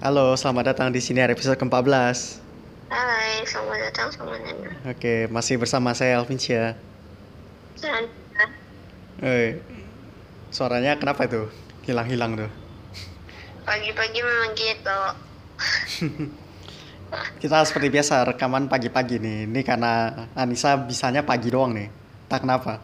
Halo, selamat datang di sini episode ke-14. Hai, selamat datang semuanya. Oke, masih bersama saya Alvincia. Dan Eh, suaranya kenapa itu? Hilang-hilang tuh. pagi-pagi memang gitu. Kita seperti biasa rekaman pagi-pagi nih. Ini karena Anissa bisanya pagi doang nih. Tak kenapa.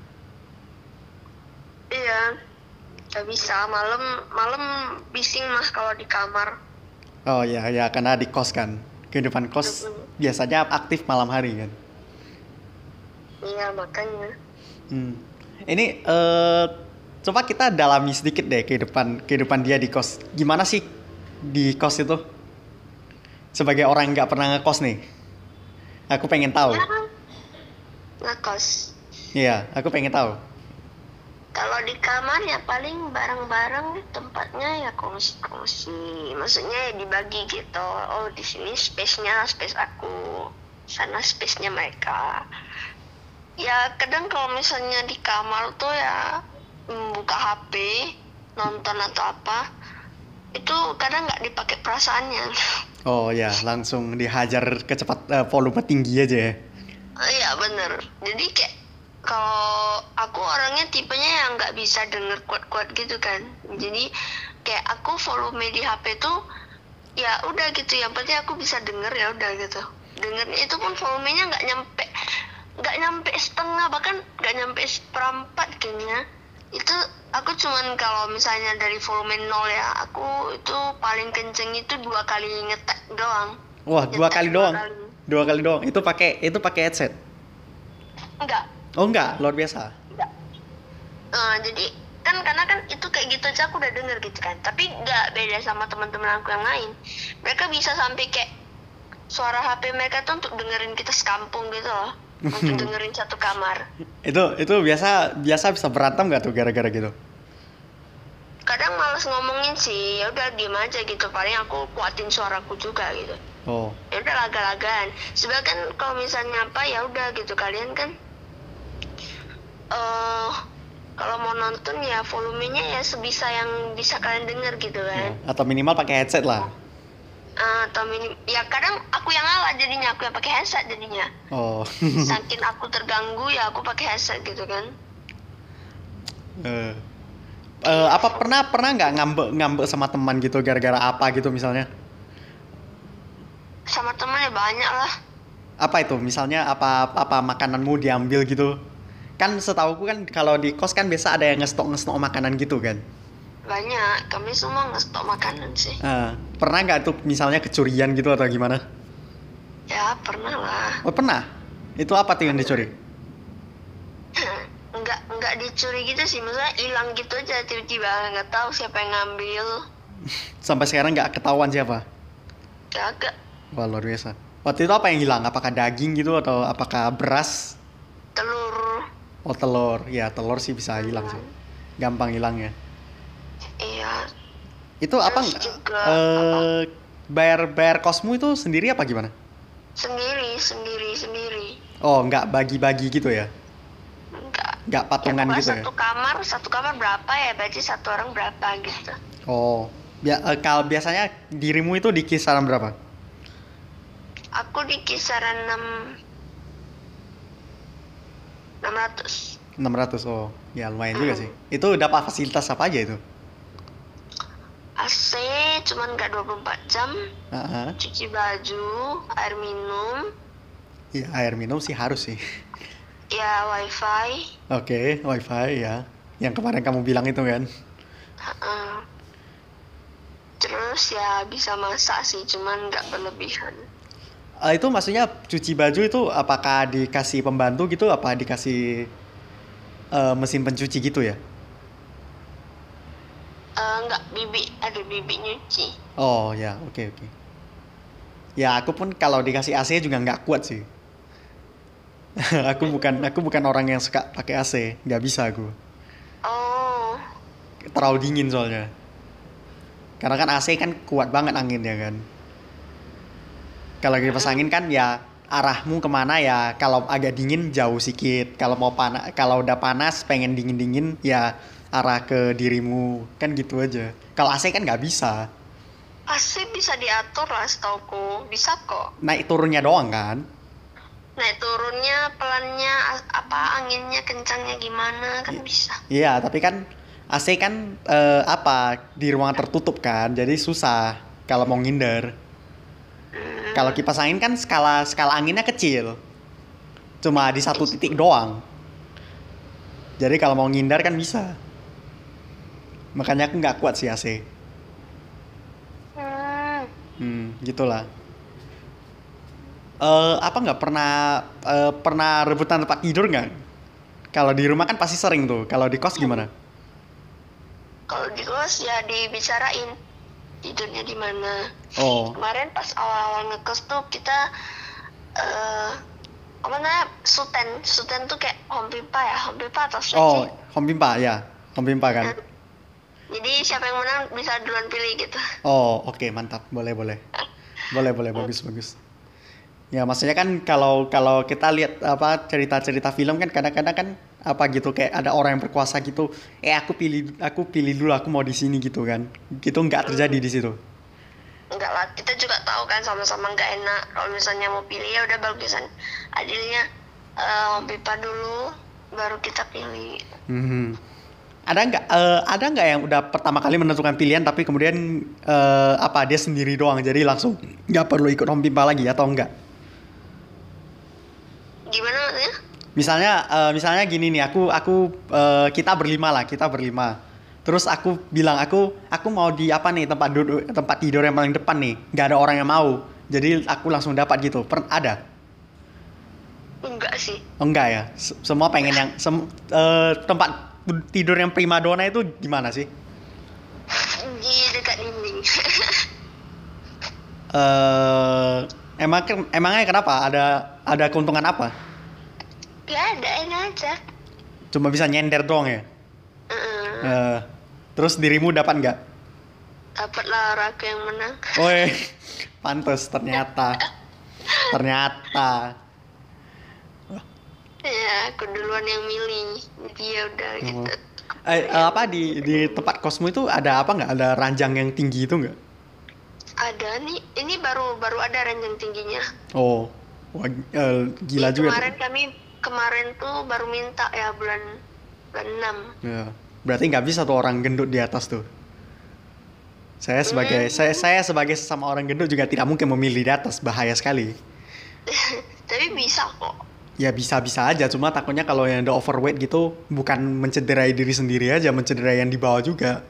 Iya, gak bisa. Malam malam bising mah kalau di kamar. Oh ya, ya karena di kos kan. Kehidupan kos Mm-mm. biasanya aktif malam hari kan. Iya, makanya. Hmm. Ini coba kita dalami sedikit deh kehidupan kehidupan dia di kos. Gimana sih di kos itu? Sebagai orang yang nggak pernah ngekos nih, aku pengen tahu. Ya, ngekos. Iya, aku pengen tahu. Kalau di kamar ya paling bareng-bareng, tempatnya ya kongsi-kongsi. Maksudnya ya dibagi gitu. Oh, di sini space-nya space aku. Sana space-nya mereka. Ya kadang kalau misalnya di kamar tuh ya buka HP, nonton atau apa, itu kadang nggak dipakai perasaannya. Oh ya, langsung dihajar volume tinggi aja ya. Iya bener. Jadi kayak kalau aku orangnya tipenya yang nggak bisa denger kuat-kuat gitu kan. Jadi kayak aku volume di HP tuh ya udah gitu. Yang penting aku bisa denger ya udah gitu. Dengernya itu pun volumenya nggak nyampe setengah, bahkan nggak nyampe seperempat kayaknya. Itu aku cuman kalau misalnya dari volume nol ya, aku itu paling kenceng itu 2 kali ngetek doang. Wah, dua Nyetek kali dua doang. kali Dua kali doang. Itu pakai headset. enggak Oh enggak, luar biasa. enggak jadi kan karena kan itu kayak gitu aja aku udah denger gitu kan, tapi nggak beda sama teman-teman aku yang lain. Mereka bisa sampai kayak suara HP mereka tuh untuk dengerin kita sekampung gitu loh, untuk dengerin satu kamar. Itu biasa biasa bisa berantem nggak tuh gara-gara gitu? Kadang males ngomongin sih, ya udah diem aja gitu, paling aku kuatin suaraku juga gitu. Oh, Ya udah laga-lagaan. Sebenarnya kan kalau misalnya apa ya udah gitu, kalian kan eh kalau mau nonton ya volumenya ya sebisa yang bisa kalian denger gitu ya. kan. Atau minimal pakai headset lah. Atau ya kadang aku yang ngalah jadinya, aku yang pakai headset jadinya. Oh. Saking aku terganggu ya aku pakai headset gitu kan. Eh, apa pernah pernah nggak ngambek ngambek sama teman gitu gara-gara apa gitu misalnya? Sama temennya banyak lah. Apa itu? Misalnya apa apa makananmu diambil gitu? Kan setauku kan kalau di kos kan biasa ada yang ngestok makanan gitu kan. Banyak, kami semua ngestok makanan sih. Pernah nggak tuh misalnya kecurian gitu atau gimana? Ya pernah lah. Oh pernah. Itu apa tuh yang dicuri? Nggak dicuri gitu sih, maksudnya hilang gitu aja tiba-tiba, nggak tahu siapa yang ngambil. Sampai sekarang nggak ketahuan siapa. Kagak. Wah luar biasa. Waktu itu apa yang hilang? Apakah daging gitu atau apakah beras? Telur. Oh telur. Ya telur sih bisa hilang sih. Gampang hilangnya. Iya. Itu apa? Terus juga apa, Eh bayar bayar kosmu itu sendiri apa gimana? sendiri. Oh nggak bagi-bagi gitu ya? Enggak. Nggak Ya patungan pokoknya gitu ya? satu kamar berapa ya, berarti satu orang berapa gitu. Oh. Kalau biasanya dirimu itu di kisaran berapa? Aku di kisaran 600. 600. Oh ya lumayan juga sih. Itu dapat fasilitas apa aja itu? AC cuman nggak 24 jam, Heeh. cuci baju, air minum, Ya air minum sih harus sih. ya wifi. Oke, wifi ya. Yang kemarin kamu bilang itu kan. Heeh. Terus ya bisa masak sih, cuman nggak berlebihan. Itu maksudnya cuci baju itu apakah dikasih pembantu gitu? Apa dikasih mesin pencuci gitu ya? Nggak, bibi ada bibi nyuci. Oh ya, oke oke. Ya aku pun kalau dikasih AC juga nggak kuat sih. Aku bukan orang yang suka pakai AC, nggak bisa aku. Oh. Terlalu dingin soalnya. Karena kan AC kan kuat banget anginnya kan. Kalau kipas angin kan ya arahmu kemana ya, kalau agak dingin jauh sedikit, kalau mau panas, kalau udah panas pengen dingin dingin ya arah ke dirimu kan gitu aja. Kalau AC kan nggak bisa. AC bisa diatur lah setauku, bisa kok. Naik turunnya doang kan? Naik turunnya, pelannya, apa anginnya kencangnya gimana kan bisa. Iya, tapi kan AC kan di ruangan tertutup kan, jadi susah kalau mau ngindar. Kalau kipas angin kan skala anginnya kecil, cuma di satu titik doang. Jadi kalau mau ngindar kan bisa. Makanya aku nggak kuat sih AC. Gitulah. Apa nggak pernah rebutan tempat tidur nggak? Kalau di rumah kan pasti sering tuh. Kalau di kos gimana? Kalau di kos ya dibicarain tidurnya di mana. Oh, Kemarin pas awal-awal ngekos tuh kita apa namanya, suten tuh kayak home pipa atau oh, stretching. home pimpa ya, home pimpa kan. Jadi siapa yang menang bisa duluan pilih gitu. Oh, oke, mantap. Boleh. Bagus. Ya, maksudnya kan kalau kita lihat apa cerita-cerita film kan kadang-kadang kan apa gitu kayak ada orang yang berkuasa gitu. Aku pilih dulu aku mau di sini gitu kan. Gitu nggak terjadi di situ. Enggak lah, kita juga tahu kan sama-sama nggak enak. Kalau misalnya mau pilih ya udah bagusan adilnya home pipa dulu baru kita pilih. Ada nggak yang udah pertama kali menentukan pilihan tapi kemudian dia sendiri doang jadi langsung nggak perlu ikut home pimpa lagi atau enggak? Gimana maksudnya? Misalnya gini nih, kita berlima. Terus aku bilang aku mau di apa nih tempat tidur yang paling depan nih, nggak ada orang yang mau. Jadi aku langsung dapat gitu. Ada? Enggak sih. Enggak ya. Semua pengen yang tempat tidur yang primadona itu gimana sih? Di dekat dinding. Emangnya kenapa? Ada keuntungan apa? Gak ada, enak aja. Cuma bisa nyender doang ya? Terus dirimu dapat nggak? Dapat lah Raka yang menang. Woi, pantes ternyata. Ya, aku duluan yang milih. Jadi ya udah gitu. Di tempat kosmu itu ada apa nggak? Ada ranjang yang tinggi itu nggak? Ada nih, ini baru ada ranjang tingginya. Oh, wah, gila juga. Kemarin tuh baru minta ya bulan 6. Ya, berarti nggak bisa tuh orang gendut di atas tuh. Saya sebagai sesama orang gendut juga tidak mungkin memilih di atas, bahaya sekali. Tapi bisa kok. Ya bisa aja, cuma takutnya kalau yang udah overweight gitu bukan mencederai diri sendiri aja, mencederai yang di bawah juga.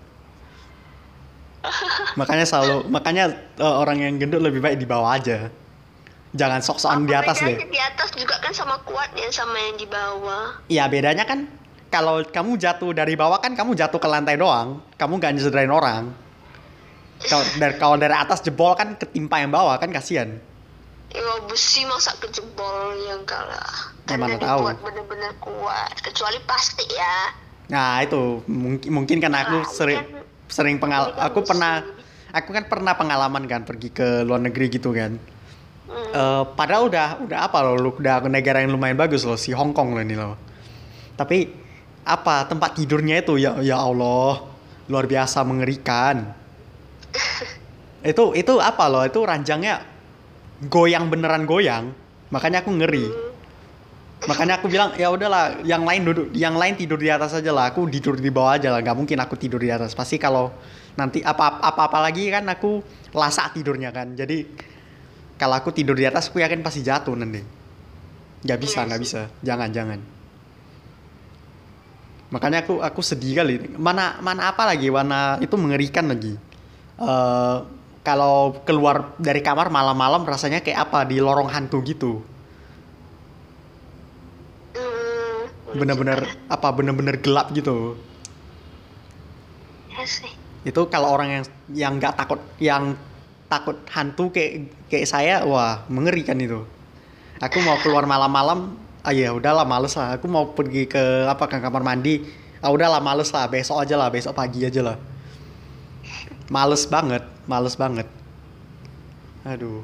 Makanya orang yang gendut lebih baik di bawah aja. Jangan sok-sokan di atas deh. Di atas juga kan sama kuatnya sama yang di bawah. Iya, bedanya kan kalau kamu jatuh dari bawah kan kamu jatuh ke lantai doang, kamu gak nyederain orang. Kalau dari atas jebol kan ketimpa yang bawah kan kasihan. Ya besi masa kejebol yang kalah. Ya, mana yang tahu. Kuat bener-bener kuat, kecuali plastik ya. Nah itu mungkin kan aku aku kan pernah pengalaman kan pergi ke luar negeri gitu kan. Padahal udah apa loh, udah negara yang lumayan bagus loh, si Hong Kong loh ini loh. Tapi tempat tidurnya itu ya Allah, luar biasa mengerikan. Itu apa loh, itu ranjangnya beneran goyang, makanya aku ngeri. Makanya aku bilang ya udahlah, yang lain tidur di atas aja lah, aku tidur di bawah aja lah, nggak mungkin aku tidur di atas. Pasti kalau nanti apa lagi kan aku lasak tidurnya kan, jadi kalau aku tidur di atas aku yakin pasti jatuh nanti. Nggak bisa, jangan. Makanya aku sedih kali. Mana apa lagi, warna itu mengerikan lagi. Kalau keluar dari kamar malam-malam rasanya kayak apa, di lorong hantu gitu. Bener-bener gelap gitu. Ya sih. Itu kalau orang yang nggak takut, yang takut hantu kayak saya, wah mengerikan itu. Aku mau keluar malam-malam, ya udahlah males lah. Aku mau pergi ke kamar mandi, udahlah males lah, besok pagi aja lah. Males banget. Aduh.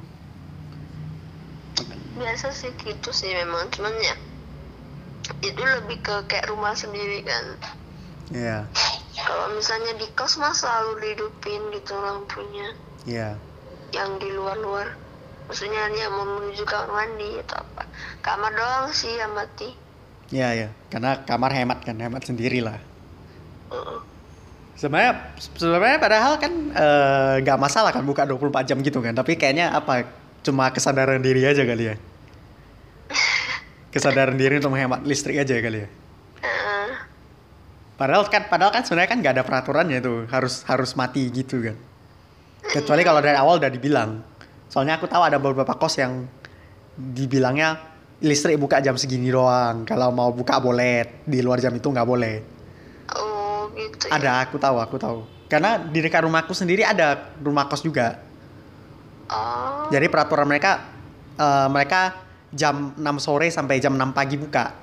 Biasa sih gitu sih memang, cuman ya itu lebih ke kayak rumah sendiri kan. Iya. Kalau misalnya di kos mah selalu dihidupin gitu lampunya. Iya. yang di luar-luar. Maksudnya dia mau menuju kamar mandi atau apa. Kamar doang sih yang mati. Iya, ya. Karena kamar hemat kan, hemat sendiri lah. Heeh. Sebenarnya sebenarnya padahal kan nggak masalah kan buka 24 jam gitu kan. Tapi kayaknya apa cuma kesadaran diri aja kali ya. Kesadaran diri untuk menghemat listrik aja kali ya. Heeh. Padahal kan sebenarnya kan nggak ada peraturannya itu harus mati gitu kan. Kecuali kalau dari awal udah dibilang. Soalnya aku tahu ada beberapa kos yang dibilangnya listrik buka jam segini doang. Kalau mau buka boleh, di luar jam itu nggak boleh. Oh gitu ya. Ada, aku tahu. Karena di dekat rumahku sendiri ada rumah kos juga. Oh. Jadi peraturan mereka jam 6 sore sampai jam 6 pagi buka.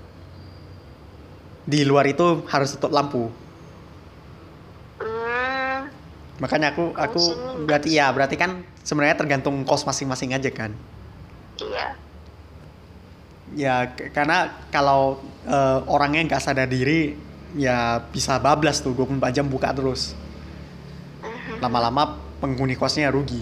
Di luar itu harus tutup lampu. Makanya aku berarti kan sebenarnya tergantung kos masing-masing aja kan. Iya. Ya karena kalau orangnya nggak sadar diri ya bisa bablas tuh 24 jam buka terus. Lama-lama penghuni kosnya rugi.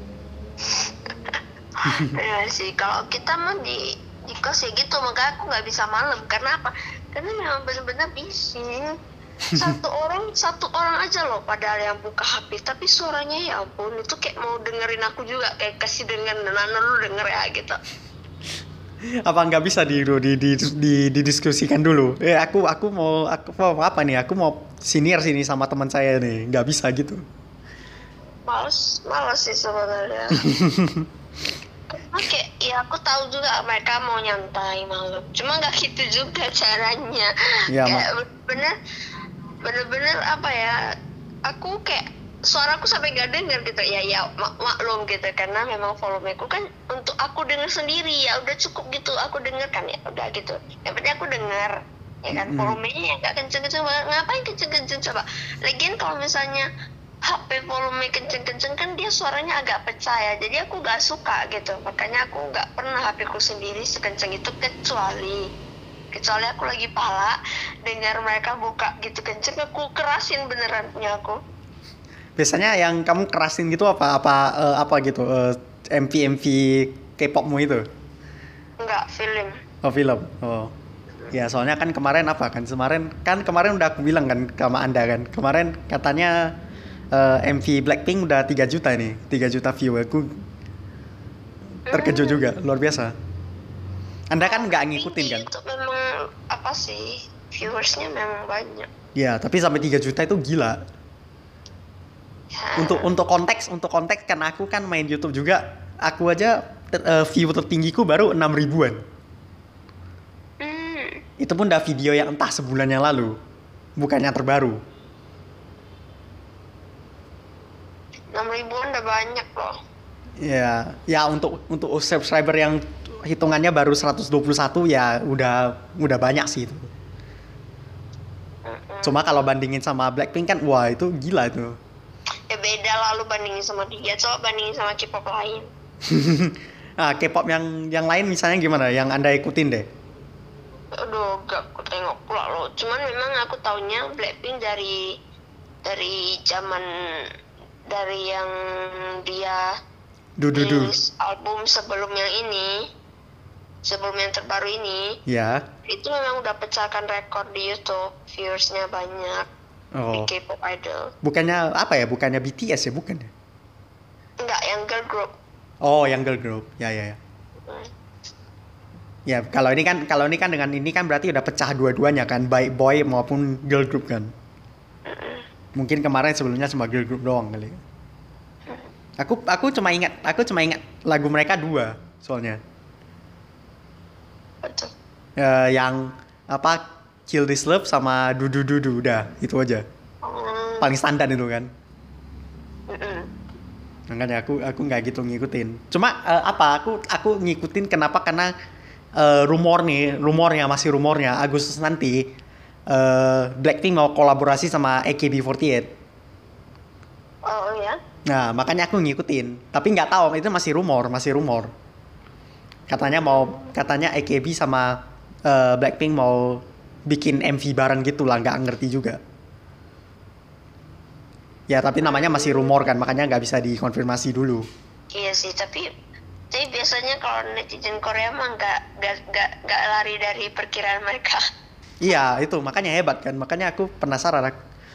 Ya sih, kalau kita mah di kos ya gitu, makanya aku nggak bisa malam. Karena apa? Karena memang benar-benar bising. Satu orang aja loh padahal yang buka HP, tapi suaranya ya ampun itu kayak mau dengerin aku juga, kayak kasih denger, Nana lu denger ya gitu. Apa nggak bisa didiskusikan dulu? Aku mau apa nih? Aku mau senior sini sama teman saya nih. Nggak bisa gitu. Males sih sebenarnya. Karena kayak ya aku tahu juga mereka mau nyantai malam, cuma nggak gitu juga caranya. Ya, kayak bener-bener apa ya, aku kayak suaraku sampai gak denger gitu ya maklum gitu, karena memang volumeku kan untuk aku denger sendiri ya udah cukup gitu, aku denger kan ya udah gitu, yang penting aku denger ya kan. Volumenya ya gak kenceng-kenceng banget, ngapain kenceng-kenceng coba. Lagian kalau misalnya HP volume kenceng-kenceng kan dia suaranya agak pecah ya, jadi aku gak suka gitu. Makanya aku gak pernah HP ku sendiri sekenceng itu, kecuali aku lagi pala dengar mereka buka gitu kenceng, aku kerasin beneran punya aku. Biasanya yang kamu kerasin gitu apa gitu MV K-popmu itu? Enggak, film. Oh film. Oh. Ya soalnya kan kemarin udah aku bilang kan sama Anda kan. Kemarin katanya MV Blackpink udah 3 juta nih. 3 juta view. Aku terkejut juga, luar biasa. Anda kan nggak ngikutin kan? Itu memang apa sih, viewersnya memang banyak. Ya, tapi sampai 3 juta itu gila. Ya. Untuk konteks karena aku kan main YouTube juga. Aku aja view tertinggiku baru 6 ribuan. Itu pun udah video yang entah sebulan yang lalu, bukan yang terbaru. 6 ribuan udah banyak loh. Ya untuk subscriber yang hitungannya baru 121 ya udah banyak sih itu. Cuma kalau bandingin sama Blackpink kan wah itu gila itu. Ya beda lah lu bandingin sama dia, coba bandingin sama K-pop lain. Nah, K-pop yang lain misalnya gimana? Yang Anda ikutin deh. Aduh, gak aku tengok pula loh. Cuman memang aku taunya Blackpink dari zaman dari yang dia rilis album sebelum yang terbaru ini. Ya. Itu memang udah pecahkan rekor di YouTube, viewersnya banyak. Di K-pop idol. Bukannya apa ya? Bukannya BTS ya, bukan ya? Enggak, yang girl group. Oh, yang girl group. Ya. Ya, kalau ini kan dengan ini kan berarti udah pecah dua-duanya kan, baik boy maupun girl group kan. Mungkin kemarin sebelumnya cuma girl group doang kali. Aku cuma ingat lagu mereka 2 soalnya. Betul. Yang apa Kill This Love sama Dudu udah itu aja. Paling standar itu kan. Makanya aku nggak gitu ngikutin. Cuma aku ngikutin kenapa, karena rumornya Agustus nanti Blackpink mau kolaborasi sama AKB48. Oh ya? Nah makanya aku ngikutin. Tapi nggak tahu, itu masih rumor. Katanya AKB sama Blackpink mau bikin MV bareng gitu lah, nggak ngerti juga. Ya tapi namanya masih rumor kan, makanya nggak bisa dikonfirmasi dulu. Iya sih, tapi biasanya kalau netizen Korea mah nggak lari dari perkiraan mereka. Iya itu makanya hebat kan, makanya aku penasaran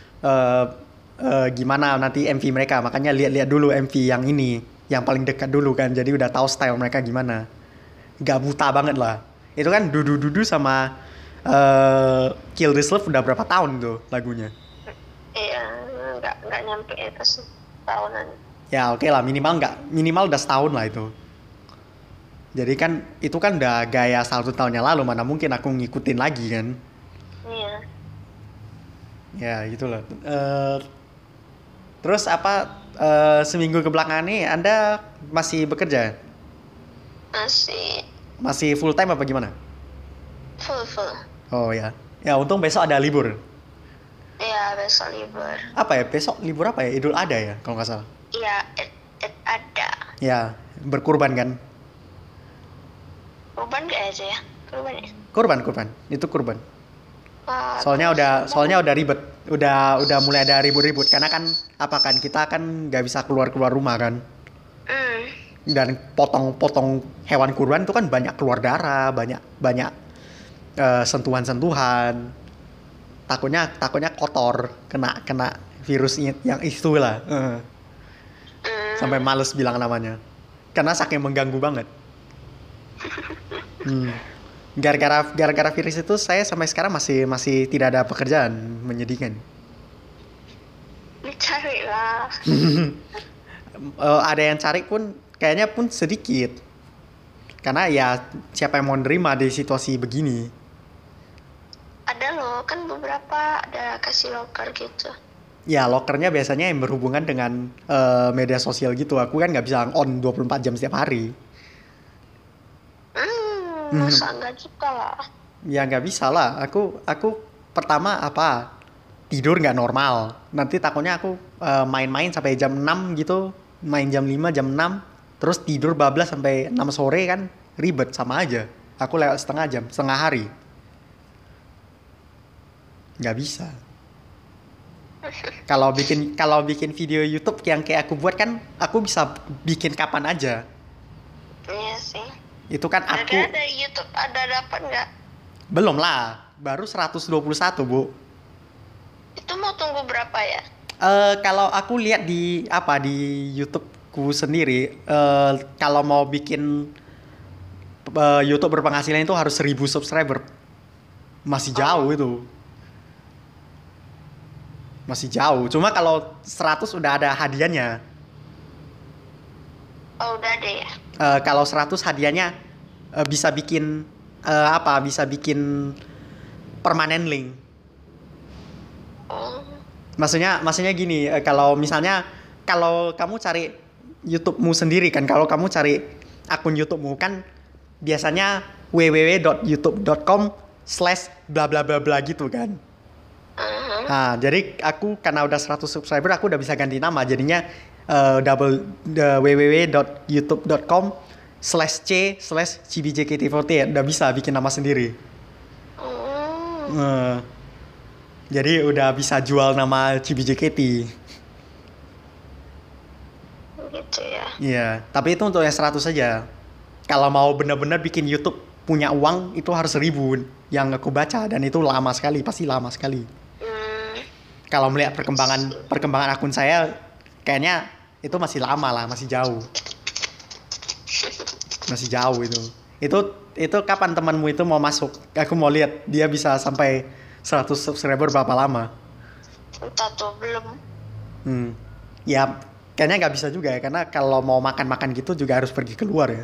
gimana nanti MV mereka, makanya lihat-lihat dulu MV yang ini, yang paling dekat dulu kan, jadi udah tahu style mereka gimana. Gak buta banget lah. Itu kan Dudu sama Kill This Love udah berapa tahun tuh lagunya. Iya, nggak nyampe itu tahunan. Ya oke lah, minimal udah setahun lah itu. Jadi kan itu kan udah gaya 1 tahun yang lalu, mana mungkin aku ngikutin lagi kan. Iya. Ya gitulah. Terus apa seminggu kebelakangan ini Anda masih bekerja? Masih full time apa gimana? Full. Oh ya. Ya untung besok ada libur. Iya, besok libur. Apa ya? Besok libur apa ya? Idul Adha ya kalau nggak salah. Iya, ada. Ya, berkurban kan? Kurban gak aja ya? Kurban ya? Kurban. Itu kurban. Wah, Soalnya udah ribet. Udah mulai ada ribut-ribut karena kan apa kan kita kan nggak bisa keluar rumah kan. Dan potong hewan kurban itu kan banyak keluar darah, banyak sentuhan-sentuhan. Takutnya kotor, kena virusnya yang itu lah. Sampai males bilang namanya. Karena saking mengganggu banget. Gara-gara virus itu saya sampai sekarang masih tidak ada pekerjaan, menyedihkan. Dicari lah. Ada yang cari pun kayaknya pun sedikit. Karena ya siapa yang mau nerima di situasi begini? Ada loh, kan beberapa ada kasih loker gitu. Ya lokernya biasanya yang berhubungan dengan media sosial gitu. Aku kan nggak bisa on 24 jam setiap hari. Masa enggak juga lah. Ya nggak bisa lah. Aku pertama apa tidur nggak normal. Nanti takutnya aku main-main sampai jam 6 gitu, main jam 5 jam 6, terus tidur bablas sampai 6 sore kan ribet sama aja. Aku lewat setengah hari. Nggak bisa. Kalau bikin video YouTube yang kayak aku buat kan, aku bisa bikin kapan aja. Iya sih. Itu kan aku Ada dari YouTube ada dapat nggak? belum lah, baru 121 Bu. Itu mau tunggu berapa ya? Kalau aku lihat di YouTubeku sendiri, kalau mau bikin YouTube berpenghasilan itu harus 1000 subscriber. Masih jauh itu. Masih jauh. Cuma kalau 100 udah ada hadiahnya. Oh, udah ada ya? Kalau 100 hadiahnya bisa bikin bisa bikin permanen link. Oh. Maksudnya gini, kalau misalnya kalau kamu cari YouTube-mu sendiri kan, kalau kamu cari akun YouTube-mu kan biasanya www.youtube.com/bla bla bla bla gitu kan. Nah, jadi aku karena udah 100 subscriber aku udah bisa ganti nama, jadinya www.youtube.com/c/cbjkt48 udah bisa bikin nama sendiri. Jadi udah bisa jual nama CBJKT. Gitu ya. Iya, tapi itu untuk yang 100 saja. Kalau mau benar-benar bikin YouTube punya uang itu harus 1000 yang aku baca, dan itu lama sekali, pasti lama sekali. Kalau melihat perkembangan akun saya, kayaknya itu masih lama lah, masih jauh. Masih jauh itu. Itu kapan temanmu itu mau masuk? Aku mau lihat dia bisa sampai 100 subscriber berapa lama. Entah tuh, belum. Ya kayaknya nggak bisa juga ya, karena kalau mau makan-makan gitu juga harus pergi keluar ya.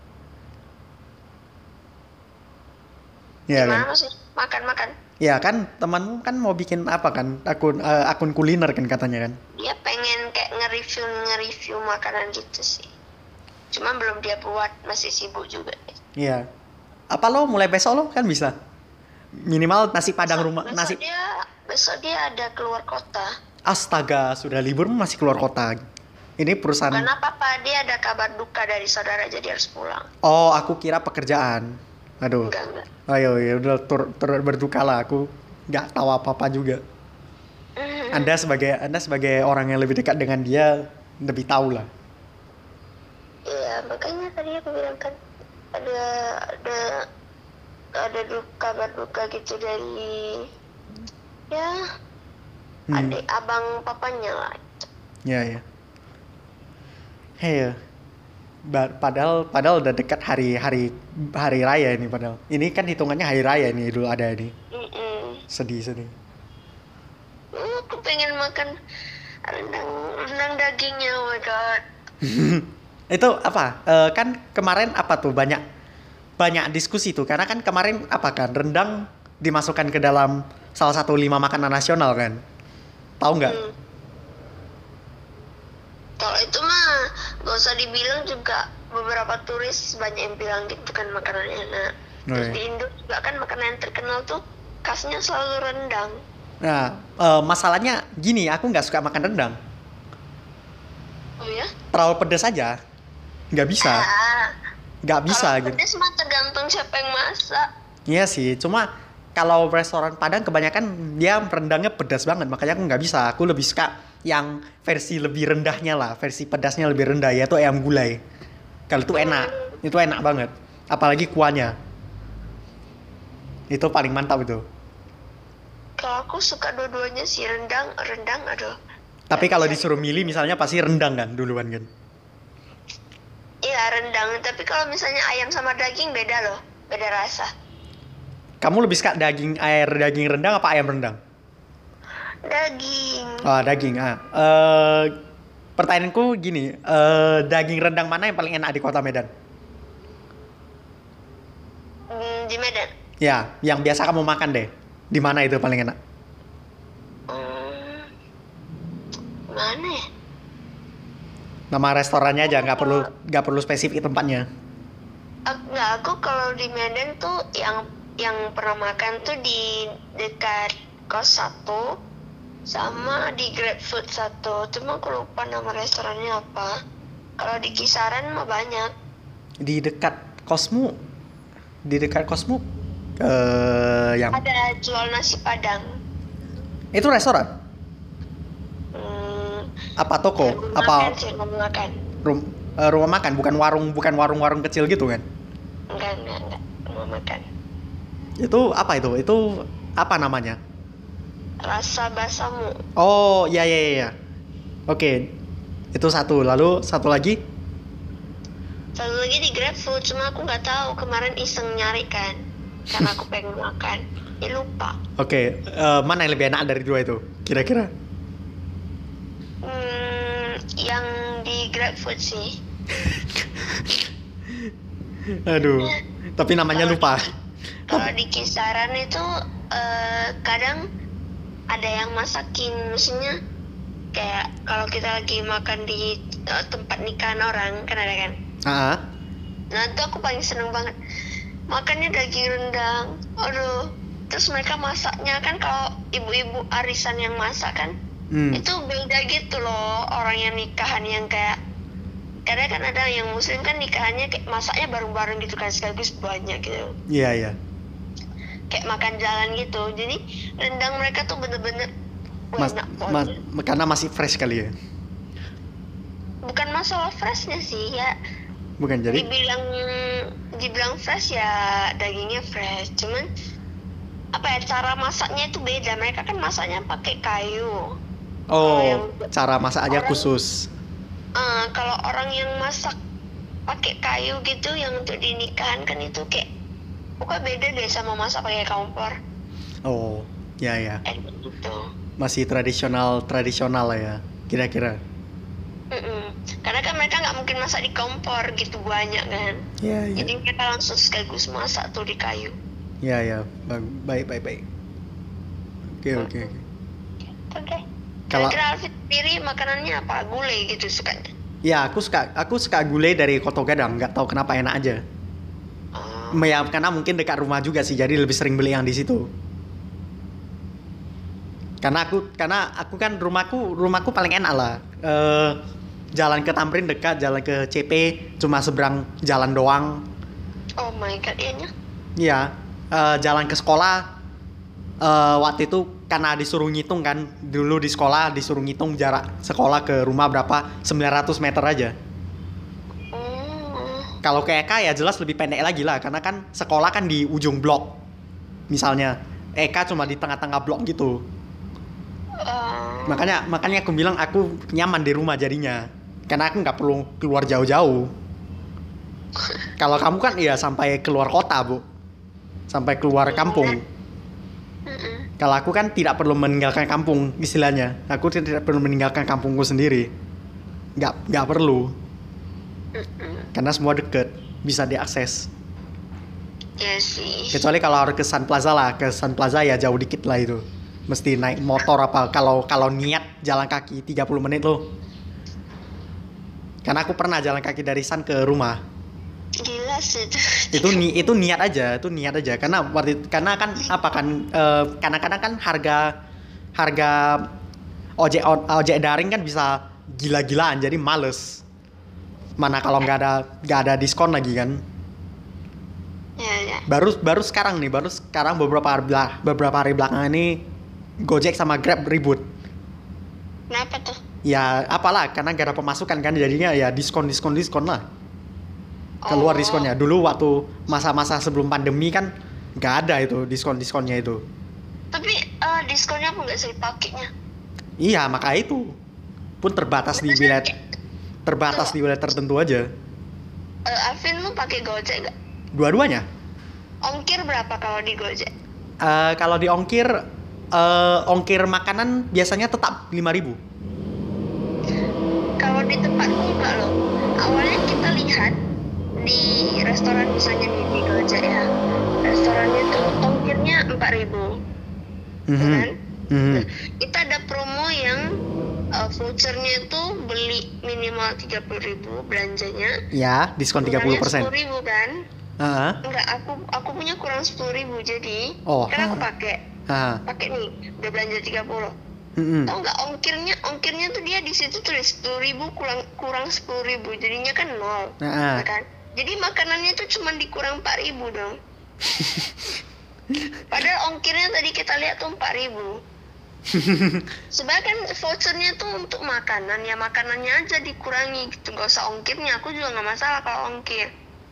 Ya Gimana kan? sih makan-makan? Ya kan temanmu kan mau bikin apa kan? Akun kuliner kan katanya kan? Dia pengen kayak nge-review makanan gitu sih. Cuma belum dia buat, masih sibuk juga. Iya. Apa lo mulai besok lo kan bisa? Minimal nasi padang rumah nasi. Besok dia ada keluar kota. Astaga, sudah libur masih keluar kota. Ini perusahaan. Bukan apa-apa, dia ada kabar duka dari saudara jadi harus pulang. Oh, aku kira pekerjaan. Aduh. Enggak. Ayo ya udah turut berduka lah, aku nggak tahu apa-apa juga. Anda sebagai orang yang lebih dekat dengan dia lebih tahu lah. Iya, makanya tadi aku bilang kan ada ada kabar duka gitu dari ya adik abang papanya lah. Ya. Hei, padahal udah dekat hari raya ini padahal. Ini kan hitungannya hari raya ini, Idul Adha ini. Sedih. Aku pengen makan rendang dagingnya, oh my god. Itu apa? Kan kemarin apa tuh banyak diskusi tuh karena kan kemarin apa kan rendang dimasukkan ke dalam salah satu 5 makanan nasional kan? Tahu nggak? Kalau itu mah gak usah dibilang juga, beberapa turis banyak yang bilang gitu kan makanannya enak. Terus di Indo juga kan makanan yang terkenal tuh khasnya selalu rendang. Nah, masalahnya gini, aku nggak suka makan rendang. Oh ya? Terlalu pedas aja, nggak bisa, Kalau gitu. pedas mah tergantung siapa yang masak. Iya sih, cuma kalau restoran Padang kebanyakan dia rendangnya pedas banget, makanya aku nggak bisa. Aku lebih suka yang versi lebih rendahnya lah, versi pedasnya lebih rendah, yaitu ayam gulai. Kalau itu enak banget. Apalagi kuahnya, itu paling mantap itu. Kalau aku suka dua-duanya sih, rendang, aduh. Tapi kalau disuruh milih misalnya pasti rendang kan duluan kan? Iya rendang, tapi kalau misalnya ayam sama daging beda loh, beda rasa. Kamu lebih suka daging rendang apa ayam rendang? Daging. Daging. Pertanyaanku gini, daging rendang mana yang paling enak di kota Medan? Di Medan. Ya, yang biasa kamu makan deh. Di mana itu paling enak? Mana ya? Nama restorannya aja, nggak perlu spesifik tempatnya. Aku kalau di Medan tuh yang pernah makan tuh di dekat kos 1 sama di GrabFood 1. Cuma aku lupa nama restorannya apa. Kalau di kisaran mah banyak. Di dekat kosmu yang ada jual nasi Padang. itu restoran? Apa toko? Apa rumah makan? Rumah makan, bukan warung kecil gitu kan? Enggak, rumah makan. Itu apa itu? Itu apa namanya? Rasa Basamu. Oh, ya. Oke. Itu satu. Lalu satu lagi? Satu lagi di GrabFood, cuma aku nggak tahu, kemarin iseng nyari kan. Karena aku pengen makan. Lupa. Oke, mana yang lebih enak dari dua itu? Kira-kira? Yang di GrabFood sih. Aduh, tapi namanya lupa. Kalau di kisaran itu kadang ada yang masakin, maksudnya kayak kalau kita lagi makan di tempat nikahan orang kan ada kan. Nah itu aku paling seneng banget makannya daging rendang. Aduh, terus mereka masaknya kan, kalau ibu-ibu arisan yang masak kan itu beda gitu loh. Orang yang nikahan yang kayak kadang kan ada yang muslim kan nikahannya kayak masaknya bareng-bareng gitu kan, sekaligus banyak gitu. Iya. Kayak makan jalan gitu. Jadi rendang mereka tuh bener-bener enak banget. Karena masih fresh kali ya? Bukan masalah freshnya sih ya. Bukan, jadi? Dibilang fresh ya, dagingnya fresh. Cuman apa ya, cara masaknya itu beda. Mereka kan masaknya pakai kayu. Oh, cara masak aja khusus. Kalau orang yang masak pakai kayu gitu, yang untuk di nikahan kan itu kayak pokoknya beda deh sama masak pakai kompor. Oh, ya. Gitu. Masih tradisional lah ya, kira-kira. Karena kan mereka nggak mungkin masak di kompor gitu banyak kan. Iya. Jadi mereka langsung sekaligus masak tuh di kayu. Iya. Baik. Oke. Kalau Alvin sendiri makanannya apa? Gulai gitu sukanya? Ya, aku suka gulai dari Koto Gadang, nggak tahu kenapa enak aja. Ya, karena mungkin dekat rumah juga sih, jadi lebih sering beli yang di situ. Karena aku kan rumahku paling enak lah. Jalan ke Tamrin dekat, jalan ke CP cuma seberang jalan doang. Oh my god, iya. Iya, jalan ke sekolah waktu itu karena disuruh ngitung kan, dulu di sekolah disuruh ngitung jarak sekolah ke rumah berapa, 900 meter aja. Oh. Kalau ke Eka ya jelas lebih pendek lagi lah, karena kan sekolah kan di ujung blok. Misalnya Eka cuma di tengah-tengah blok gitu. Makanya aku bilang aku nyaman di rumah jadinya. Karena aku nggak perlu keluar jauh-jauh. Kalau kamu kan ya sampai keluar kota, Bu. Sampai keluar kampung. Kalau aku kan tidak perlu meninggalkan kampung istilahnya. Aku tidak perlu meninggalkan kampungku sendiri. Nggak perlu. Karena semua deket, bisa diakses. Ya sih. Kecuali kalau harus ke Sun Plaza lah, ke Sun Plaza ya jauh dikit lah itu. Mesti naik motor apa, kalau niat jalan kaki 30 menit loh. Karena aku pernah jalan kaki dari Sun ke rumah. Gila sih Itu niat aja, karena karena kan apa kan kadang-kadang kan harga ojek daring kan bisa gila-gilaan, jadi males. Mana kalau nggak ada diskon lagi kan. Ya. Baru sekarang beberapa hari belakangan ini Gojek sama Grab ribut. Kenapa tuh? Ya apalah, karena gak ada pemasukan kan, jadinya ya diskon lah. Keluar diskonnya. Dulu waktu masa-masa sebelum pandemi kan nggak ada itu diskonnya itu. Tapi diskonnya apa nggak sih pakainya? Iya, maka itu pun terbatas di wilayah tertentu aja. Alvin lu pakai Gojek nggak? Dua-duanya. Ongkir berapa kalau di Gojek? Kalau di ongkir makanan biasanya tetap 5.000. Kalau di tempatku enggak loh. Awalnya kita lihat di restoran, misalnya di Gojek ya, restorannya tuh ongkirnya 4.000, kan? Kita ada promo yang vouchernya itu beli minimal 30.000 belanjanya. Ya, diskon 30%. 10.000 kan? Enggak, aku punya kurang 10.000, jadi kan aku pakai nih, udah belanja 30. Tau nggak ongkirnya tuh dia di situ tulis 10.000 kurang 10.000, jadinya kan 0, kan? Jadi makanannya tuh cuma dikurang 4.000 dong. Padahal ongkirnya tadi kita lihat tuh 4.000. Sebenarnya kan vouchernya tuh untuk makanan, ya makanannya aja dikurangi gitu, nggak usah ongkirnya. Aku juga nggak masalah kalau ongkir.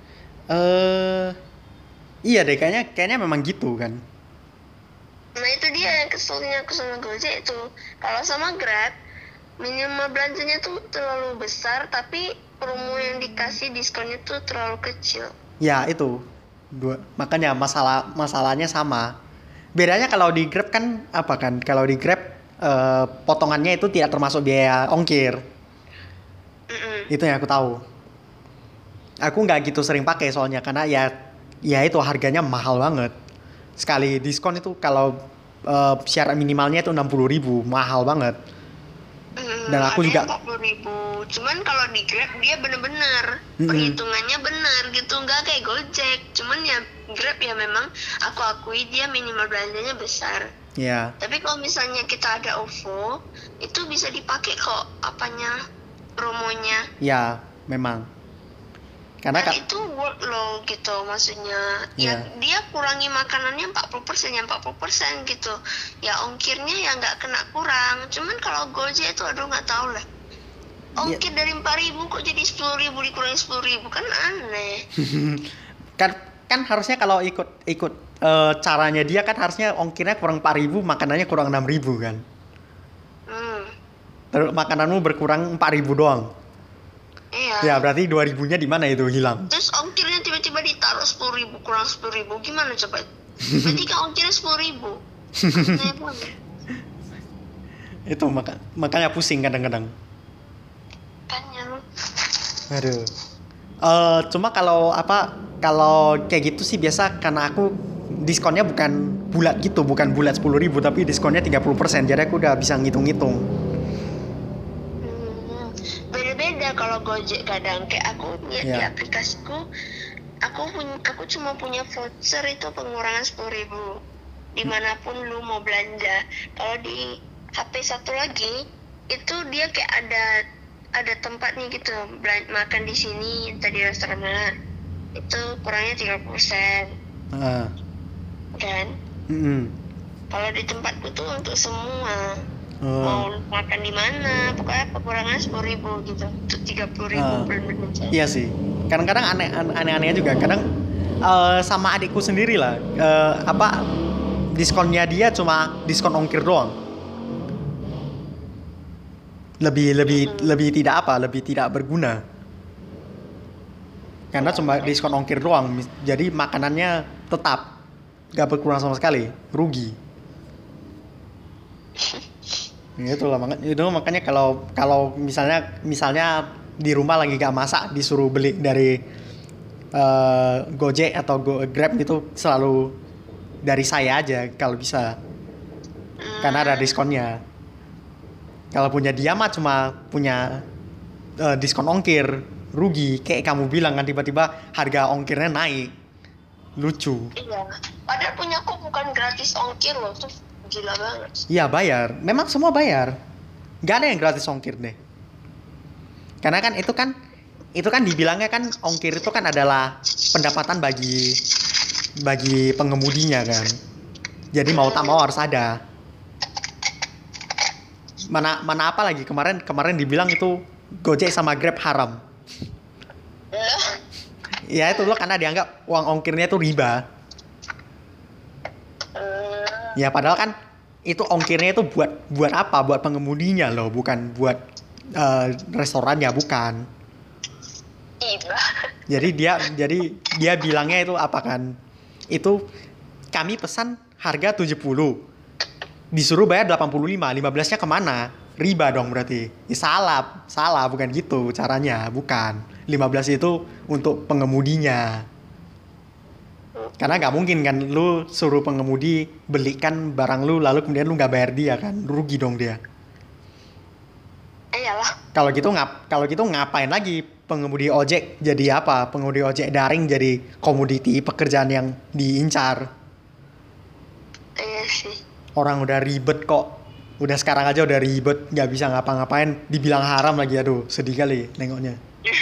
Iya deh, kayaknya memang gitu kan. Nah itu dia yang keselnya aku sama Gojek itu. Kalau sama Grab, minimal belanjanya tuh terlalu besar, tapi promo yang dikasih diskonnya tuh terlalu kecil. Ya itu, makanya masalahnya sama. Bedanya kalau di Grab kan apa kan? Kalau di Grab potongannya itu tidak termasuk biaya ongkir. Itu yang aku tahu. Aku nggak gitu sering pakai soalnya, karena ya itu harganya mahal banget. Sekali diskon itu kalau syarat minimalnya itu 60.000, mahal banget. Dan aku juga 40.000. Cuman kalau di Grab dia bener-bener perhitungannya benar gitu, nggak kayak Gojek. Cuman ya Grab ya memang aku akui dia minimal belanjanya besar. Ya. Tapi kalau misalnya kita ada OVO, itu bisa dipakai kok promonya. Ya, memang. Karena dan itu worth loh gitu, maksudnya ya dia kurangi makanannya 40% ya 40% gitu, ya ongkirnya ya nggak kena kurang. Cuman kalau Gojek itu aduh nggak tahu lah, ongkir dari 4.000 kok jadi 10.000 dikurangi 10.000, kan aneh. kan harusnya kalau ikut caranya dia kan harusnya ongkirnya kurang 4.000, makanannya kurang 6.000 kan. Terus makananmu berkurang 4.000 doang. Iya. Ya berarti 2.000-nya di mana itu hilang? Terus ongkirnya tiba-tiba ditaruh 10.000 kurang 10.000, gimana coba? Berarti kan ongkirnya 10.000. Itu makanya pusing kadang-kadang. Makanya lu. Aduh. Cuma kalau kayak gitu sih biasa, karena aku diskonnya bukan bulat 10.000 tapi diskonnya 30%, jadi aku udah bisa ngitung-ngitung. Beda-beda kalau Gojek kadang, kayak aku lihat di aplikasiku, aku cuma punya voucher itu pengurangan 10.000 dimanapun lu mau belanja. Kalau di HP satu lagi itu dia kayak ada tempatnya gitu, makan di sini tadi restoran mana itu kurangnya 30%. Kan? Kalau di tempatku tuh untuk semua. Oh, Mau makan di mana, pokoknya kekurangan 10.000 gitu, untuk 30.000 ah, per Indonesia. iya sih. Kadang-kadang aneh-aneh juga. Kadang sama adikku sendiri lah. Apa diskonnya dia cuma diskon ongkir doang. Lebih lebih lebih tidak apa, lebih tidak berguna. Karena cuma diskon ongkir doang. Jadi makanannya tetap gak berkurang sama sekali, rugi. Itulah makanya kalau kalau misalnya di rumah lagi gak masak disuruh beli dari Gojek atau Grab gitu selalu dari saya aja kalau bisa karena ada diskonnya. Kalau punya dia mah cuma punya diskon ongkir, rugi kayak kamu bilang kan tiba-tiba harga ongkirnya naik, lucu. Iya. Padahal punya aku bukan gratis ongkir loh, tuh gila banget. Iya bayar, memang semua bayar, nggak ada yang gratis ongkir deh. Karena kan itu kan dibilangnya kan ongkir itu kan adalah pendapatan bagi bagi pengemudinya kan. Jadi mau tak mau harus ada. Mana apa lagi kemarin dibilang itu Gojek sama Grab haram. Lah, Ya itu loh karena dianggap uang ongkirnya itu riba. Ya padahal kan itu ongkirnya itu buat apa? Buat pengemudinya loh, bukan buat restorannya bukan. iba. Jadi dia bilangnya itu apa kan? Itu kami pesan harga 70. Disuruh bayar 85, 15-nya kemana? Riba dong berarti. Ya, salah bukan gitu caranya, bukan. 15 itu untuk pengemudinya. Karena nggak mungkin kan lu suruh pengemudi belikan barang lu lalu kemudian lu nggak bayar dia kan, rugi dong dia. Iyalah. Kalau gitu ngapain lagi pengemudi ojek jadi apa? Pengemudi ojek daring jadi komoditi pekerjaan yang diincar. Iya sih. Orang udah ribet kok. Udah sekarang aja udah ribet, nggak bisa ngapa-ngapain, dibilang haram lagi, aduh sedih kali nengoknya.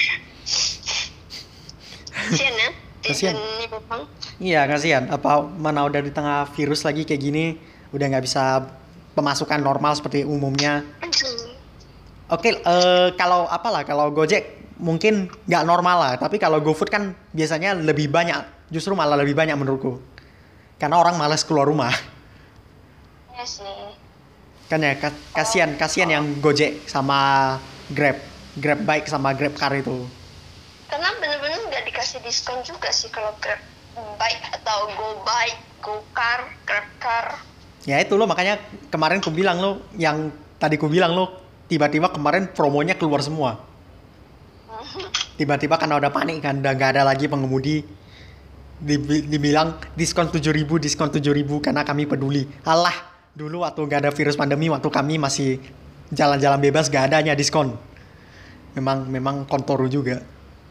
Kasian ya. Kasian. Ini Bang. Iya kasihan. Apa mana udah di tengah virus lagi kayak gini, udah nggak bisa pemasukan normal seperti umumnya. Oke, kalau apalah kalau Gojek mungkin nggak normal lah, tapi kalau GoFood kan biasanya lebih banyak, justru malah lebih banyak menurutku. Karena orang malas keluar rumah. Iya sih. Kan ya kasihan yang Gojek sama Grab bike sama Grab car itu. Karena bener-bener nggak dikasih diskon juga sih kalau Grab Bike atau Go Bike, Go Car, Grab Car. Ya itu loh makanya kemarin ku bilang lo yang tadi ku bilang lo tiba-tiba kemarin promonya keluar semua. Tiba-tiba karena udah panik kan udah nggak ada lagi pengemudi dibilang diskon 7.000 karena kami peduli. Alah, dulu waktu nggak ada virus pandemi waktu kami masih jalan-jalan bebas gak adanya diskon. Memang kontor juga.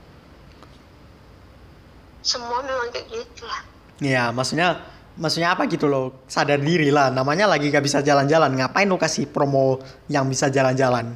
Semua memang kayak gitu lah. Ya, maksudnya apa gitu loh? Sadar diri lah. Namanya lagi gak bisa jalan-jalan. Ngapain lo kasih promo yang bisa jalan-jalan?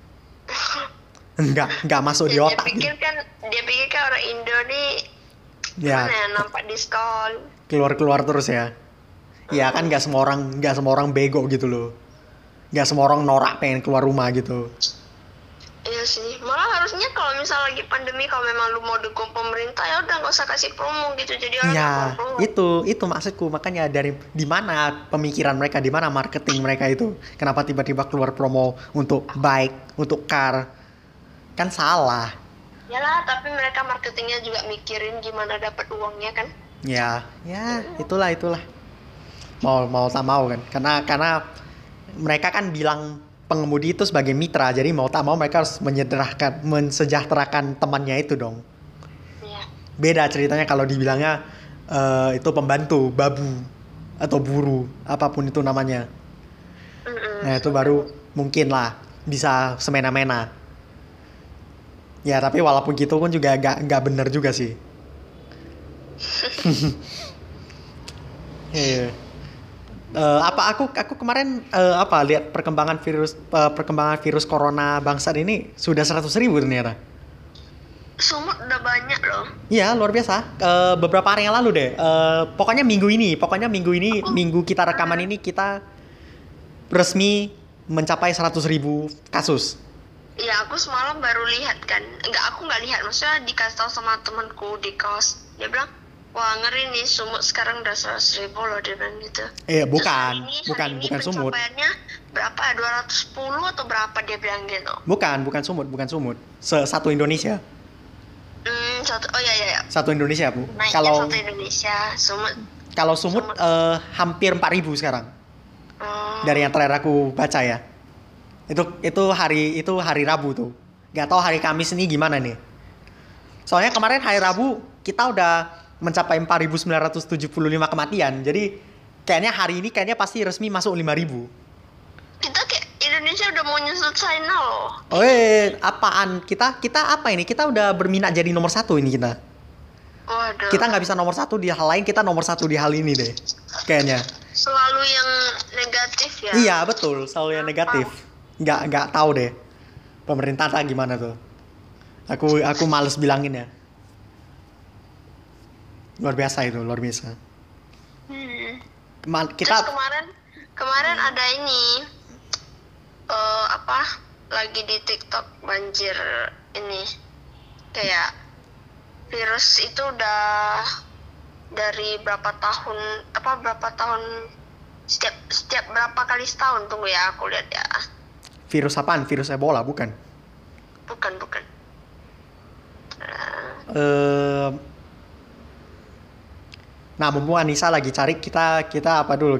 Enggak masuk di otak. Dia pikir kan orang Indo nih Ya, mana ya, nampak diskon. keluar terus ya. Ya kan nggak semua orang bego gitu loh. Nggak semua orang norak pengen keluar rumah gitu. Iya sih, malah harusnya kalau misal lagi pandemi kalau memang lu mau dukung pemerintah ya udah nggak usah kasih promo gitu, jadi orang nggak Ya, mau keluar. itu maksudku. Makanya dari di mana pemikiran mereka, di mana marketing mereka itu? Kenapa tiba-tiba keluar promo untuk bike, untuk car? Kan salah. Yalah, tapi mereka marketingnya juga mikirin gimana dapat uangnya kan. Ya, itulah. Mau tak mau kan. Karena mereka kan bilang pengemudi itu sebagai mitra, jadi mau tak mau mereka harus mensejahterakan temannya itu dong. Iya. Beda ceritanya kalau dibilangnya itu pembantu, babu atau buru, apapun itu namanya. Nah itu baru mungkin lah bisa semena-mena. Ya tapi walaupun gitu pun juga gak bener juga sih. Iya. Apa aku kemarin lihat perkembangan virus corona bangsat ini sudah 100.000 ternyata. Sumut udah banyak loh. Iya, luar biasa. Beberapa hari yang lalu deh. Pokoknya minggu ini, Aku, minggu kita rekaman ini kita resmi mencapai 100.000 kasus. ya aku semalam baru lihat kan. Enggak, aku nggak lihat. Maksudnya dikasih tahu sama temanku di kos. Dia bilang, wah ngeri nih Sumut sekarang udah 100.000 loh, dia bilang gitu. Terus Bukan, hari ini bukan sumut. pencapaiannya berapa? 210 atau berapa dia bilang gitu. Bukan sumut. Satu Indonesia. Oh ya. Satu Indonesia, Bu. Naiknya Kalau satu Indonesia, Sumut. kalau sumut hampir 4.000 sekarang. Oh, Dari yang terakhir aku baca ya. Itu hari Rabu tuh. Gak tahu hari Kamis ini gimana nih. Soalnya kemarin hari Rabu kita udah mencapai 4.975 kematian. Jadi kayaknya hari ini pasti resmi masuk 5.000. kita kayak Indonesia udah mau nyusut China loh. Apaan? Kita apa ini? Kita udah berminat jadi nomor satu ini kita. Waduh. Kita nggak bisa nomor satu di hal lain, kita nomor satu di hal ini deh. Kayaknya. Selalu yang negatif ya. Iya betul, selalu yang negatif. Nggak tahu deh. Pemerintah tak gimana tuh. Aku males bilangin ya. Luar biasa itu, luar biasa. Kita Terus kemarin ada ini lagi di TikTok banjir ini kayak virus itu udah dari berapa tahun setiap berapa kali setahun, tunggu ya aku lihat ya. virus apaan? Virus Ebola bukan? Bukan. Nah, mumpung Anissa lagi cari, kita apa dulu?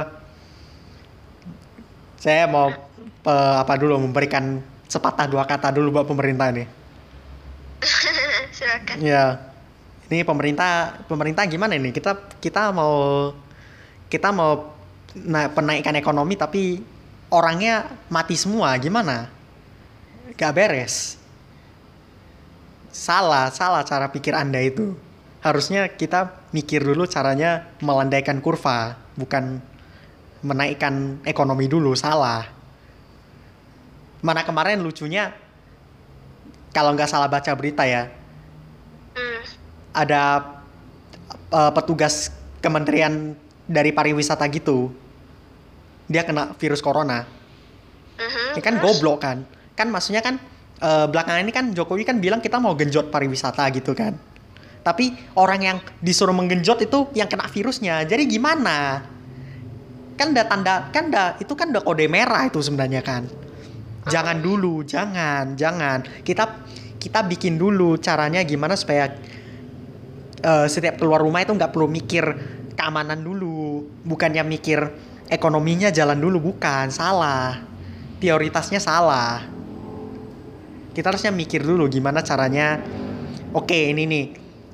Saya mau memberikan sepatah dua kata dulu buat pemerintah nih. Silakan. Ya, ini pemerintah gimana ini? Kita mau penaikan ekonomi tapi orangnya mati semua, gimana? Gak beres. Salah cara pikir Anda itu. Harusnya kita mikir dulu caranya melandaikan kurva, bukan menaikkan ekonomi dulu. Salah. Mana kemarin lucunya, kalau nggak salah baca berita ya, ada petugas kementerian dari pariwisata gitu, dia kena virus corona. Ini kan goblok kan maksudnya kan belakangan ini kan Jokowi kan bilang kita mau genjot pariwisata gitu kan, tapi orang yang disuruh menggenjot itu yang kena virusnya. Jadi gimana? Kan itu kan udah kode merah itu sebenarnya kan. Jangan dulu, jangan. Kita bikin dulu caranya gimana supaya setiap keluar rumah itu nggak perlu mikir keamanan dulu, bukannya mikir ekonominya jalan dulu, bukan. Salah, prioritasnya salah. Kita harusnya mikir dulu gimana caranya. Oke, ini nih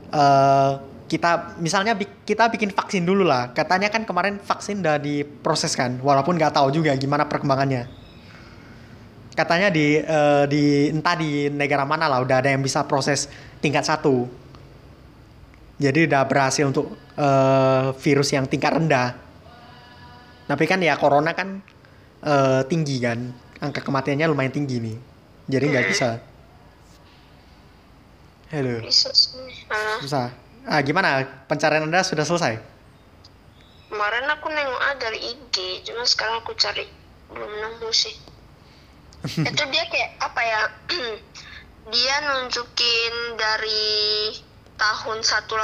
kita bikin vaksin dulu lah. Katanya kan kemarin vaksin udah diproses kan, walaupun nggak tahu juga gimana perkembangannya. Katanya di entah di negara mana lah udah ada yang bisa proses tingkat 1. Jadi udah berhasil untuk virus yang tingkat rendah. Tapi kan ya corona kan tinggi kan, angka kematiannya lumayan tinggi nih. Jadi nggak bisa. Halo. Susah. Gimana? Pencarian Anda sudah selesai? Kemarin aku nengok dari IG, cuma sekarang aku cari belum nemu sih. Itu dia kayak apa ya? Dia nunjukin dari tahun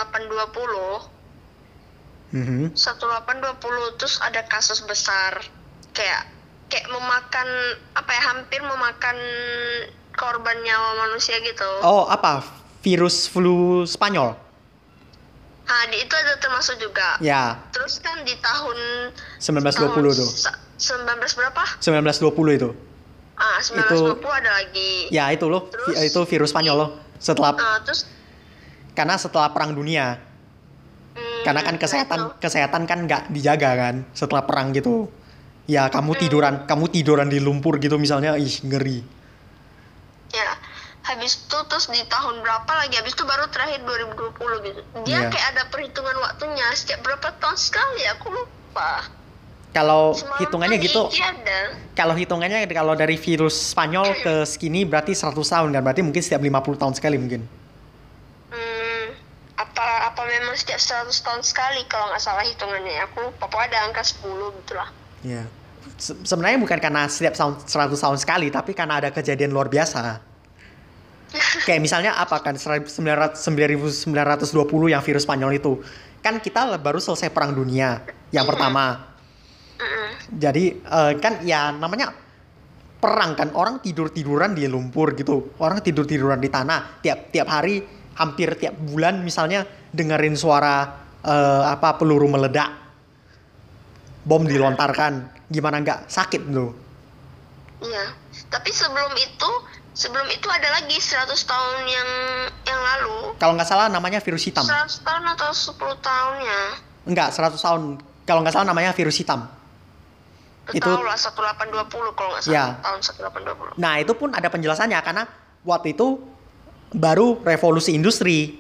1820. 1820 terus ada kasus besar kayak memakan hampir memakan korban nyawa manusia gitu. Oh, apa? Virus flu Spanyol? Itu ada termasuk juga. Ya. Terus kan di tahun 1920 tuh. 19 berapa? 1920 itu. 1920 ada lagi. Ya, itu loh. Terus, itu virus Spanyol loh. Karena setelah Perang Dunia. Karena kan kesehatan kan nggak dijaga kan setelah perang gitu. Ya kamu tiduran di lumpur gitu misalnya, ngeri. Ya, habis itu terus di tahun berapa lagi? Habis itu baru terakhir 2020 gitu. Dia kayak ada perhitungan waktunya setiap berapa tahun sekali, aku lupa. Kalau hitungannya gitu. Ada. Kalau dari virus Spanyol ke segini berarti 100 tahun kan? Berarti mungkin setiap 50 tahun sekali mungkin. yang setiap 100 tahun sekali kalau nggak salah hitungannya. Aku pokoknya ada angka 10 gitu lah. Ya. Sebenarnya bukan karena setiap 100 tahun sekali, tapi karena ada kejadian luar biasa. Kayak misalnya apa kan 1920 yang virus Spanyol itu. Kan kita baru selesai perang dunia yang pertama. Jadi kan ya namanya perang kan, orang tidur-tiduran di lumpur gitu. Orang tidur-tiduran di tanah tiap hari, hampir tiap bulan misalnya dengerin suara peluru meledak. Bom dilontarkan. Gimana nggak sakit loh. Iya. Tapi sebelum itu ada lagi 100 tahun yang lalu. Kalau nggak salah namanya virus hitam. 100 tahun atau 10 tahunnya. Enggak, 100 tahun. Kalau nggak salah namanya virus hitam. Itu tahu lah 1820 kalau nggak salah. Ya. Tahun 1820. Nah, itu pun ada penjelasannya karena waktu itu baru revolusi industri.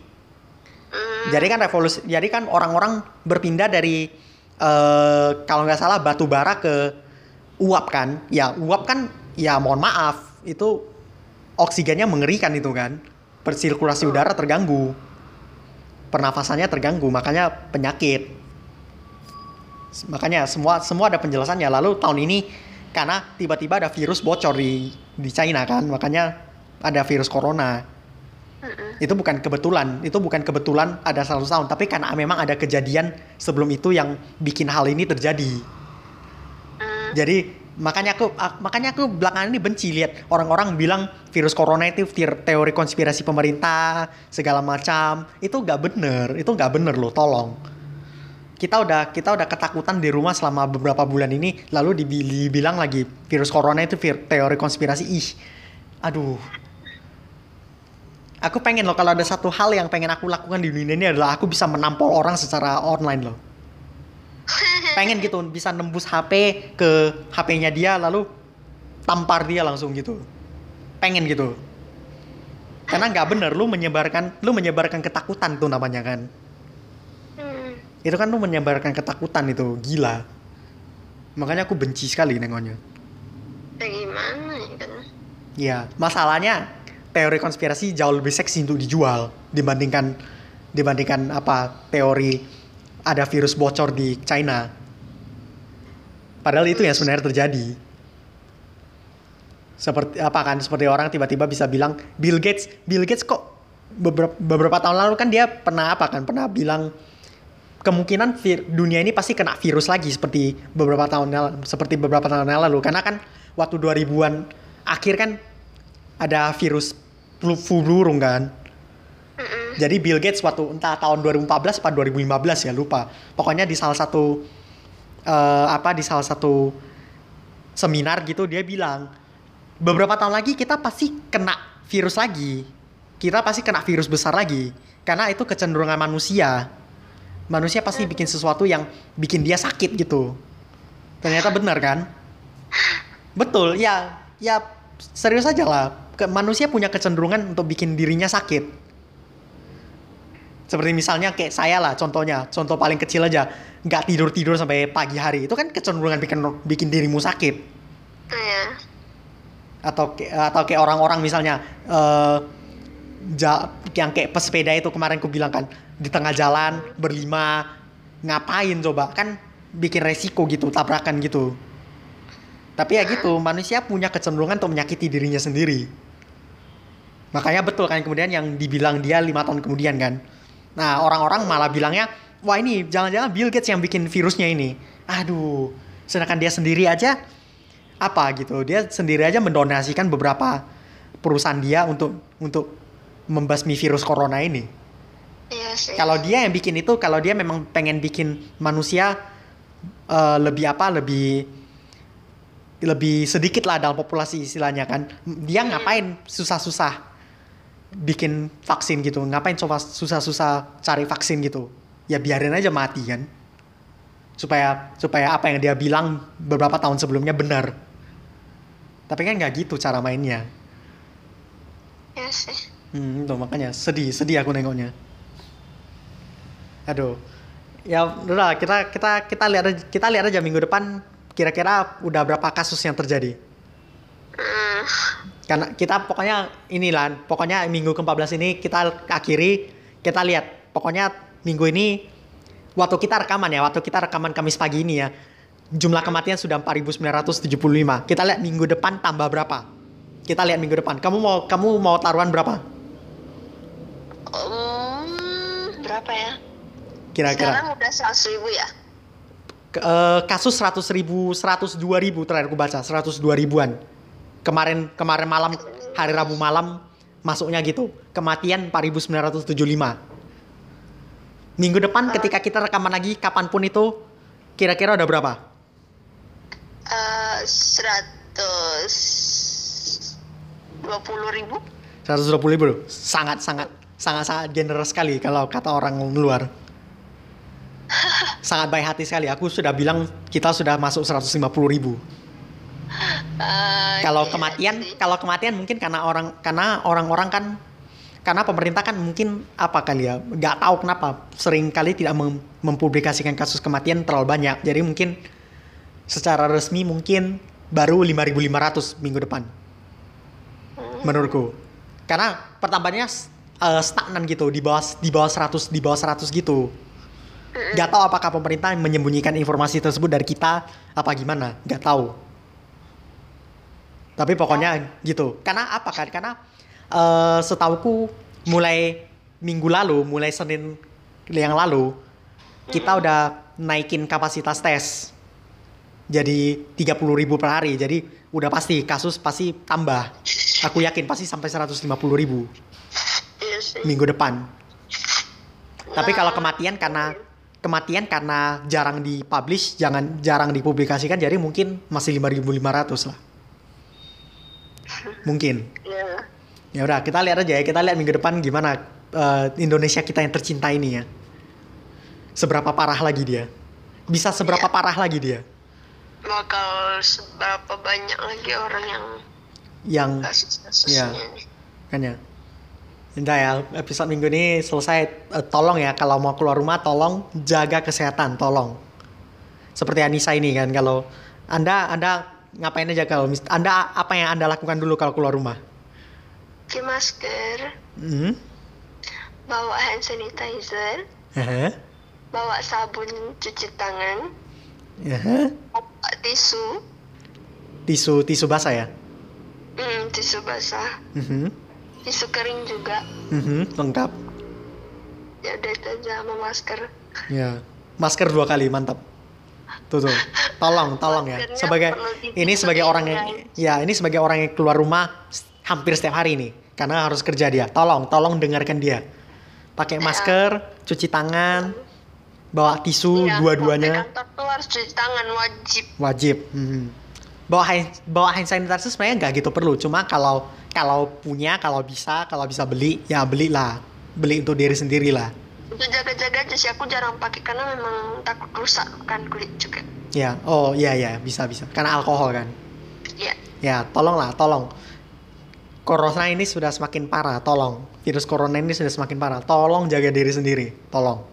Jadi kan orang-orang berpindah dari kalau nggak salah batu bara ke uap kan. Ya, uap kan ya mohon maaf, itu oksigennya mengerikan itu kan. Persirkulasi udara terganggu. Pernafasannya terganggu, makanya penyakit. Makanya semua ada penjelasannya. Lalu tahun ini karena tiba-tiba ada virus bocor di China kan, makanya ada virus corona. Itu bukan kebetulan ada 100 tahun, tapi karena memang ada kejadian sebelum itu yang bikin hal ini terjadi. Jadi makanya aku belakangan ini benci lihat orang-orang bilang virus corona itu teori konspirasi pemerintah segala macam. Itu nggak bener loh, tolong. Kita udah ketakutan di rumah selama beberapa bulan ini, lalu dibilang lagi virus corona itu teori konspirasi. Aduh. Aku pengen loh, kalau ada satu hal yang pengen aku lakukan di dunia ini adalah aku bisa menampol orang secara online loh. Pengen gitu, bisa nembus HP ke HP-nya dia lalu tampar dia langsung gitu. Pengen gitu. Karena nggak bener, lu menyebarkan ketakutan tuh namanya kan. Itu kan lu menyebarkan ketakutan, itu gila. Makanya aku benci sekali nengoknya. Gimana ya kan? Ya, masalahnya teori konspirasi jauh lebih seksi untuk dijual dibandingkan teori ada virus bocor di China. Padahal itu yang sebenarnya terjadi. Seperti orang tiba-tiba bisa bilang Bill Gates kok beberapa tahun lalu kan dia pernah bilang kemungkinan dunia ini pasti kena virus lagi seperti beberapa tahun yang lalu, karena kan waktu 2000-an akhir kan ada virus flu burung kan. Jadi Bill Gates waktu entah tahun 2014 atau 2015 ya lupa. Pokoknya di salah satu seminar gitu dia bilang beberapa tahun lagi kita pasti kena virus lagi. Kita pasti kena virus besar lagi karena itu kecenderungan manusia. Manusia pasti bikin sesuatu yang bikin dia sakit gitu. Ternyata benar kan? Betul, ya serius aja lah. Manusia punya kecenderungan untuk bikin dirinya sakit. Seperti misalnya kayak saya lah, contoh paling kecil aja, nggak tidur sampai pagi hari, itu kan kecenderungan bikin dirimu sakit. Atau kayak orang-orang misalnya yang kayak pesepeda itu kemarin aku bilang kan, di tengah jalan berlima ngapain coba, kan bikin resiko gitu, tabrakan gitu. Tapi ya gitu, manusia punya kecenderungan untuk menyakiti dirinya sendiri. Makanya betul kan kemudian yang dibilang dia 5 tahun kemudian kan. Nah, orang-orang malah bilangnya, wah ini jangan-jangan Bill Gates yang bikin virusnya ini. Aduh, sedangkan dia sendiri aja dia sendiri aja mendonasikan beberapa perusahaan dia untuk membasmi virus corona ini. Iya sih. Kalau dia yang bikin itu, kalau dia memang pengen bikin manusia lebih sedikit lah dalam populasi istilahnya kan, dia ngapain susah-susah bikin vaksin gitu, ngapain coba susah-susah cari vaksin gitu, ya biarin aja mati kan, supaya apa yang dia bilang beberapa tahun sebelumnya benar. Tapi kan nggak gitu cara mainnya. Ya sih. Tuh makanya sedih aku nengoknya. Aduh, ya udah kita lihat aja minggu depan kira-kira udah berapa kasus yang terjadi. Karena kita pokoknya minggu ke-14 ini kita akhiri, kita lihat pokoknya minggu ini waktu kita rekaman Kamis pagi ini ya, jumlah kematian sudah 4.975. Kita lihat minggu depan tambah berapa? Kita lihat minggu depan. Kamu mau taruhan berapa? Berapa ya? Kira-kira. Sekarang udah 100.000 ya? Kasus 102.000 terakhir aku baca, 102.000-an. Kemarin malam, hari Rabu malam masuknya gitu. Kematian 4.975. Minggu depan ketika kita rekaman lagi kapanpun itu kira-kira udah berapa? 120.000. 120.000. Sangat generous sekali kalau kata orang luar. Sangat baik hati sekali. Aku sudah bilang kita sudah masuk 150.000. Kalau kematian mungkin karena orang-orang kan, karena pemerintah kan mungkin apa kali ya, nggak tahu kenapa sering kali tidak mempublikasikan kasus kematian terlalu banyak. Jadi mungkin secara resmi mungkin baru 5.500 minggu depan. Menurutku. Karena pertambahannya stagnan gitu, di bawah 100 gitu. Gak tahu apakah pemerintah menyembunyikan informasi tersebut dari kita apa gimana, gak tahu. Tapi pokoknya gitu. Karena apa kan? Karena setauku mulai Senin yang lalu kita udah naikin kapasitas tes jadi 30.000 per hari. Jadi udah pasti kasus pasti tambah. Aku yakin pasti sampai 150.000 minggu depan. Tapi kalau kematian karena jarang dipublish, jarang dipublikasikan, jadi mungkin masih 5.500 lah. Mungkin. Ya udah, kita lihat aja ya. Kita lihat minggu depan gimana Indonesia kita yang tercinta ini ya. Seberapa parah lagi dia? Bisa seberapa parah lagi dia? Bakal seberapa banyak lagi orang yang kasus-kasusnya nih. Kan ya. Indah ya, episode minggu ini selesai. Tolong ya, kalau mau keluar rumah tolong jaga kesehatan, tolong. Seperti Anissa ini kan, kalau Anda ngapain aja kalau Anda, apa yang Anda lakukan dulu kalau keluar rumah? Pakai masker, bawa hand sanitizer, bawa sabun cuci tangan, bawa tisu basah ya? Tisu basah, tisu kering juga, lengkap. ya udah itu aja, sama masker. Ya, masker 2 kali, mantap. Tuh. Tolong ya. Ini sebagai orang yang keluar rumah hampir setiap hari nih, karena harus kerja dia. Tolong dengarkan dia. Pakai masker, cuci tangan, bawa tisu dua-duanya. Kantor tuh harus cuci tangan, Wajib. Bawa hand sanitizer sebenarnya nggak gitu perlu. Cuma kalau bisa beli, ya belilah. Beli untuk diri sendiri lah. Untuk jaga-jaga aja sih, aku jarang pakai karena memang takut rusak kan kulit juga. Ya, bisa. Karena alkohol kan. Iya. Ya, tolong. Corona ini sudah semakin parah, tolong. Virus corona ini sudah semakin parah. Tolong jaga diri sendiri, tolong.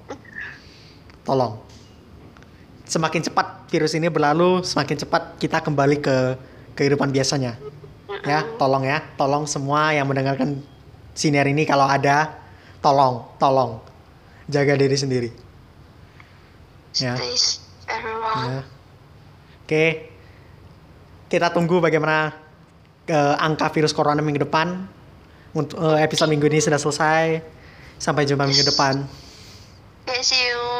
Semakin cepat virus ini berlalu, semakin cepat kita kembali ke kehidupan biasanya. Ya, tolong semua yang mendengarkan siniar ini kalau ada, tolong jaga diri sendiri. Ya. Stay safe, everyone. Ya. Oke. Kita tunggu bagaimana angka virus corona minggu depan. Untuk episode minggu ini sudah selesai. Sampai jumpa minggu depan. Okay, see you.